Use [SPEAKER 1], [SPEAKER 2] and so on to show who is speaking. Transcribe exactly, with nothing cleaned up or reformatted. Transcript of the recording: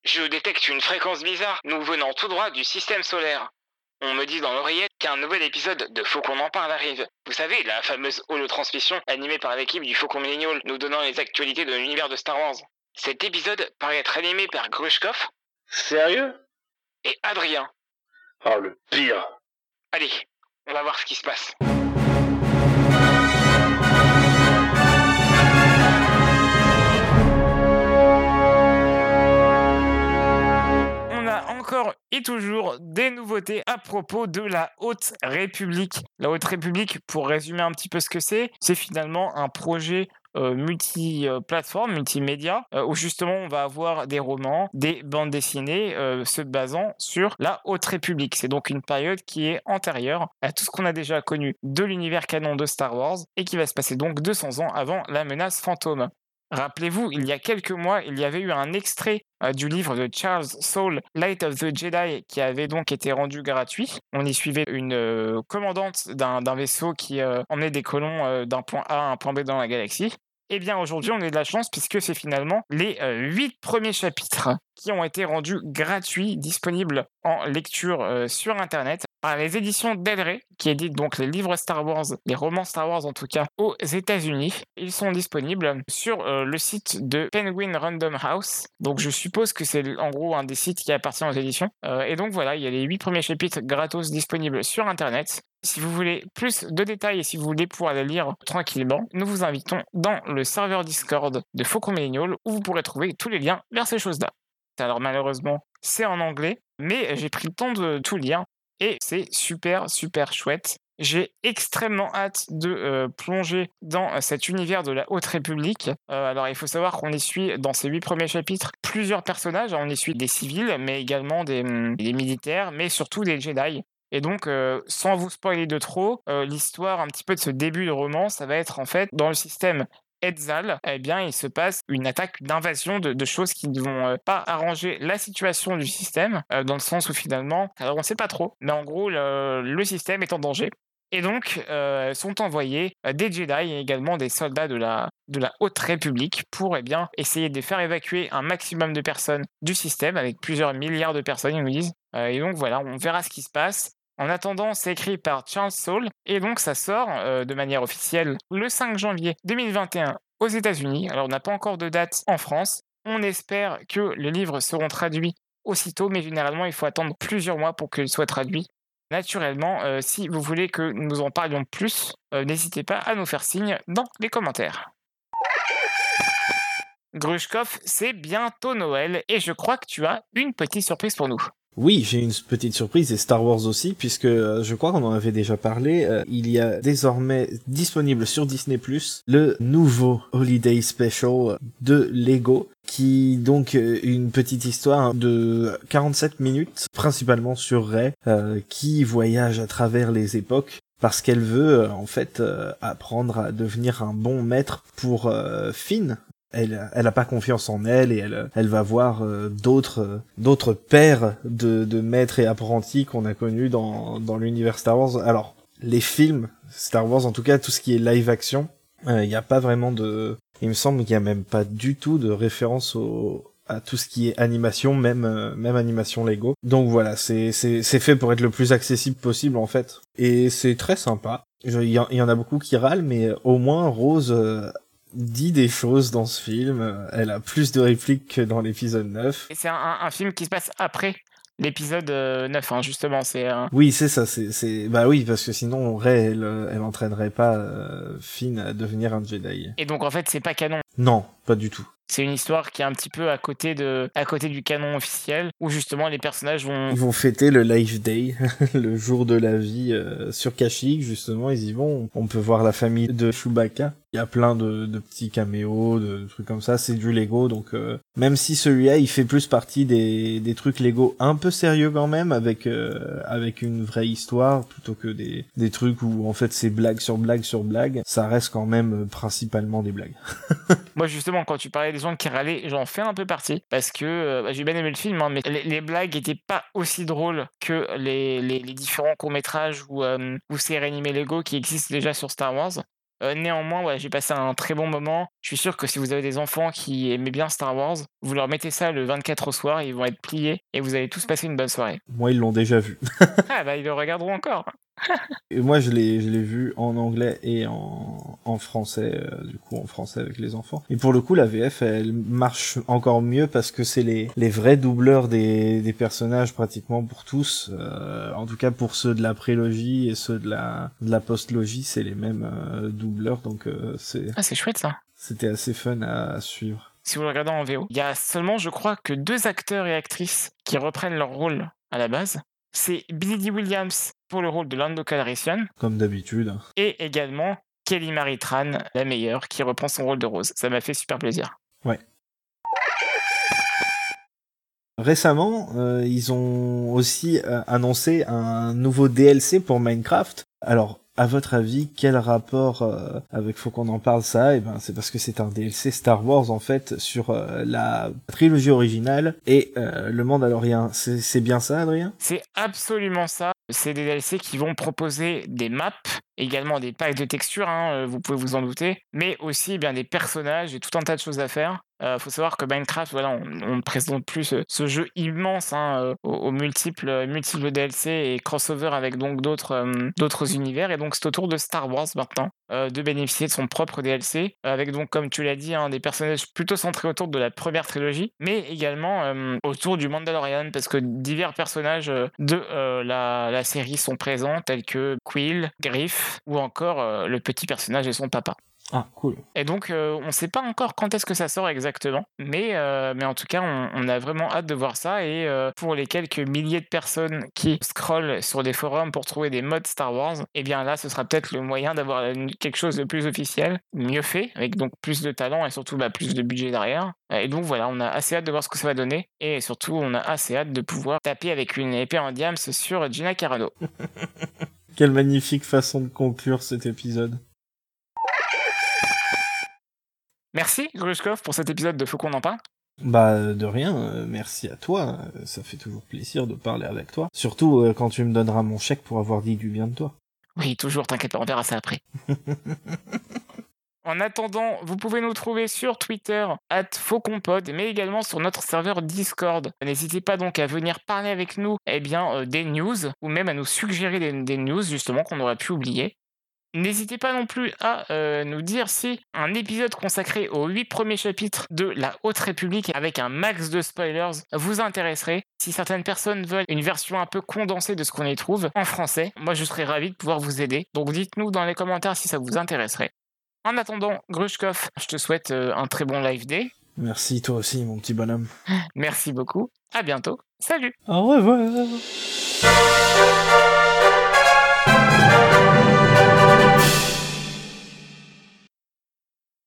[SPEAKER 1] Je détecte une fréquence bizarre nous venant tout droit du système solaire. On me dit dans l'oreillette qu'un nouvel épisode de Faut qu'on en parle arrive. Vous savez, la fameuse holotransmission animée par l'équipe du Faucon Millennial nous donnant les actualités de l'univers de Star Wars. Cet épisode paraît être animé par Grushkov
[SPEAKER 2] Sérieux?
[SPEAKER 1] et Adrien.
[SPEAKER 2] Oh, le pire.
[SPEAKER 1] Allez, on va voir ce qui se passe. On a encore et toujours des nouveautés à propos de la Haute République. La Haute République, pour résumer un petit peu ce que c'est, c'est finalement un projet euh, multi-plateforme, multimédia, euh, où justement on va avoir des romans, des bandes dessinées euh, se basant sur la Haute République. C'est donc une période qui est antérieure à tout ce qu'on a déjà connu de l'univers canon de Star Wars et qui va se passer donc deux cents ans avant la menace fantôme. Rappelez-vous, il y a quelques mois, il y avait eu un extrait euh, du livre de Charles Soule, Light of the Jedi, qui avait donc été rendu gratuit. On y suivait une euh, commandante d'un, d'un vaisseau qui euh, emmenait des colons euh, d'un point A à un point B dans la galaxie. Eh bien, aujourd'hui, on a de la chance puisque c'est finalement les euh, huit premiers chapitres qui ont été rendus gratuits, disponibles en lecture euh, sur Internet par les éditions Del Rey, qui éditent donc les livres Star Wars, les romans Star Wars en tout cas, aux États-Unis. Ils sont disponibles sur euh, le site de Penguin Random House. Donc, je suppose que c'est en gros un des sites qui appartient aux éditions. Euh, et donc, voilà, il y a les huit premiers chapitres gratos disponibles sur Internet. Si vous voulez plus de détails et si vous voulez pouvoir les lire tranquillement, nous vous invitons dans le serveur Discord de Faucon Millennial où vous pourrez trouver tous les liens vers ces choses-là. Alors malheureusement, c'est en anglais, mais j'ai pris le temps de tout lire et c'est super, super chouette. J'ai extrêmement hâte de euh, plonger dans cet univers de la Haute République. Euh, alors il faut savoir qu'on y suit dans ces huit premiers chapitres plusieurs personnages. On y suit des civils, mais également des, des militaires, mais surtout des Jedi. Et donc, euh, sans vous spoiler de trop, euh, l'histoire un petit peu de ce début de roman, ça va être en fait dans le système Etzal, eh bien, il se passe une attaque, une invasion de, de choses qui ne vont euh, pas arranger la situation du système, euh, dans le sens où finalement, alors on ne sait pas trop, mais en gros, le, le système est en danger. Et donc, euh, sont envoyés euh, des Jedi et également des soldats de la, de la Haute République pour eh bien, essayer de faire évacuer un maximum de personnes du système, avec plusieurs milliards de personnes, ils nous disent. Euh, et donc voilà, on verra ce qui se passe. En attendant, c'est écrit par Charles Soule et donc ça sort euh, de manière officielle le cinq janvier deux mille vingt et un aux États-Unis. Alors on n'a pas encore de date en France. On espère que les livres seront traduits aussitôt, mais généralement il faut attendre plusieurs mois pour qu'ils soient traduits. Naturellement, euh, si vous voulez que nous en parlions plus, euh, n'hésitez pas à nous faire signe dans les commentaires. Grushkov, c'est bientôt Noël et je crois que tu as une petite surprise pour nous.
[SPEAKER 3] Oui, j'ai une petite surprise et Star Wars aussi, puisque euh, je crois qu'on en avait déjà parlé. Euh, il y a désormais disponible sur Disney plus, le nouveau Holiday Special de Lego, qui donc euh, une petite histoire de quarante-sept minutes, principalement sur Rey, euh, qui voyage à travers les époques. Parce qu'elle veut euh, en fait euh, apprendre à devenir un bon maître pour euh, Finn. Elle, elle a pas confiance en elle et elle, elle va voir euh, d'autres, euh, d'autres paires de, de maîtres et apprentis qu'on a connus dans, dans l'univers Star Wars. Alors, les films Star Wars, en tout cas, tout ce qui est live action, il euh, n'y a pas vraiment de... Il me semble qu'il y a même pas du tout de référence au, à tout ce qui est animation, même, euh, même animation Lego. Donc voilà, c'est, c'est, c'est fait pour être le plus accessible possible, en fait. Et c'est très sympa. Il y, y en a beaucoup qui râlent, mais au moins, Rose... Euh, dit des choses dans ce film, elle a plus de répliques que dans l'épisode neuf.
[SPEAKER 1] Et c'est un, un film qui se passe après l'épisode euh, neuf, hein, justement, c'est... Un...
[SPEAKER 3] Oui, c'est ça, c'est, c'est... Bah oui, parce que sinon, Rey, elle, elle entraînerait pas euh, Finn à devenir un Jedi.
[SPEAKER 1] Et donc, en fait, c'est pas canon.
[SPEAKER 3] Non, pas du tout.
[SPEAKER 1] C'est une histoire qui est un petit peu à côté de, à côté du canon officiel, où justement les personnages vont...
[SPEAKER 3] Ils vont fêter le Life Day, le jour de la vie euh, sur Kashyyyk, justement, ils y vont. On peut voir la famille de Chewbacca. Il y a plein de, de petits caméos, de, de trucs comme ça, c'est du Lego, donc euh, même si celui-là, il fait plus partie des, des trucs Lego un peu sérieux quand même, avec euh, avec une vraie histoire, plutôt que des, des trucs où en fait c'est blague sur blague sur blague, ça reste quand même euh, principalement des blagues.
[SPEAKER 1] Moi justement, quand tu parlais des gens qui râlaient, j'en fais un peu partie, parce que euh, bah, j'ai bien aimé le film, hein, mais les, les blagues étaient pas aussi drôles que les, les, les différents courts-métrages ou, euh, ou séries animées Lego qui existent déjà sur Star Wars. Euh, néanmoins, ouais, j'ai passé un très bon moment. Je suis sûr que si vous avez des enfants qui aimaient bien Star Wars, vous leur mettez ça le vingt-quatre au soir, ils vont être pliés et vous allez tous passer une bonne soirée.
[SPEAKER 3] Moi, ils l'ont déjà vu.
[SPEAKER 1] Ah bah ils le regarderont encore.
[SPEAKER 3] Et moi, je l'ai, je l'ai vu en anglais et en, en français, euh, du coup, en français avec les enfants. Et pour le coup, la V F, elle marche encore mieux parce que c'est les, les vrais doubleurs des, des personnages pratiquement pour tous. Euh, en tout cas, pour ceux de la prélogie et ceux de la, de la postlogie, c'est les mêmes euh, doubleurs, donc euh, c'est,
[SPEAKER 1] Ah c'est chouette ça.
[SPEAKER 3] c'était assez fun à, à suivre.
[SPEAKER 1] Si vous le regardez en V O, il y a seulement, je crois, que deux acteurs et actrices qui reprennent leur rôle à la base. C'est Billy Dee Williams pour le rôle de Lando Calrissian
[SPEAKER 3] Comme d'habitude.
[SPEAKER 1] et également Kelly Marie Tran, la meilleure, qui reprend son rôle de Rose. Ça m'a fait super plaisir.
[SPEAKER 3] Ouais. Récemment, euh, ils ont aussi euh, annoncé un nouveau D L C pour Minecraft. Alors, à votre avis, quel rapport euh, avec Faut qu'on en parle ça? Eh ben, c'est parce que c'est un D L C Star Wars en fait sur euh, la trilogie originale et euh, le Mandalorien. C'est, c'est bien ça, Adrien?
[SPEAKER 1] C'est absolument ça. C'est des D L C qui vont proposer des maps, également des packs de textures, hein, vous pouvez vous en douter, mais aussi eh bien des personnages et tout un tas de choses à faire. Euh, faut savoir que Minecraft, voilà, on ne présente plus ce, ce jeu immense hein, euh, aux, aux multiples, multiples D L C et crossover avec donc d'autres, euh, d'autres univers. Et donc c'est au tour de Star Wars maintenant euh, de bénéficier de son propre D L C, avec donc comme tu l'as dit, hein, des personnages plutôt centrés autour de la première trilogie, mais également euh, autour du Mandalorian, parce que divers personnages de euh, la, la série sont présents, tels que Quill, Griff, ou encore euh, le petit personnage et son papa.
[SPEAKER 3] Ah, cool.
[SPEAKER 1] Et donc, euh, on ne sait pas encore quand est-ce que ça sort exactement, mais, euh, mais en tout cas, on, on a vraiment hâte de voir ça. Et euh, pour les quelques milliers de personnes qui scrollent sur des forums pour trouver des mods Star Wars, eh bien là, ce sera peut-être le moyen d'avoir quelque chose de plus officiel, mieux fait, avec donc plus de talent et surtout bah, plus de budget derrière. Et donc voilà, on a assez hâte de voir ce que ça va donner, et surtout, on a assez hâte de pouvoir taper avec une épée en diams sur Gina Carano.
[SPEAKER 3] Quelle magnifique façon de conclure cet épisode.
[SPEAKER 1] Merci Grushkov pour cet épisode de Faut qu'on en parle.
[SPEAKER 3] Bah de rien, euh, merci à toi, euh, ça fait toujours plaisir de parler avec toi. Surtout euh, quand tu me donneras mon chèque pour avoir dit du bien de toi.
[SPEAKER 1] Oui, toujours, t'inquiète pas, on verra ça après. En attendant, vous pouvez nous trouver sur Twitter, arobase fauconpod, mais également sur notre serveur Discord. N'hésitez pas donc à venir parler avec nous eh bien, euh, des news, ou même à nous suggérer des, des news justement qu'on aurait pu oublier. N'hésitez pas non plus à euh, nous dire si un épisode consacré aux huit premiers chapitres de la Haute République avec un max de spoilers vous intéresserait. Si certaines personnes veulent une version un peu condensée de ce qu'on y trouve en français, moi je serais ravi de pouvoir vous aider. Donc dites-nous dans les commentaires si ça vous intéresserait. En attendant, Grushkov, je te souhaite euh, un très bon live day.
[SPEAKER 3] Merci toi aussi mon petit bonhomme.
[SPEAKER 1] Merci beaucoup, à bientôt, salut.
[SPEAKER 3] Au revoir.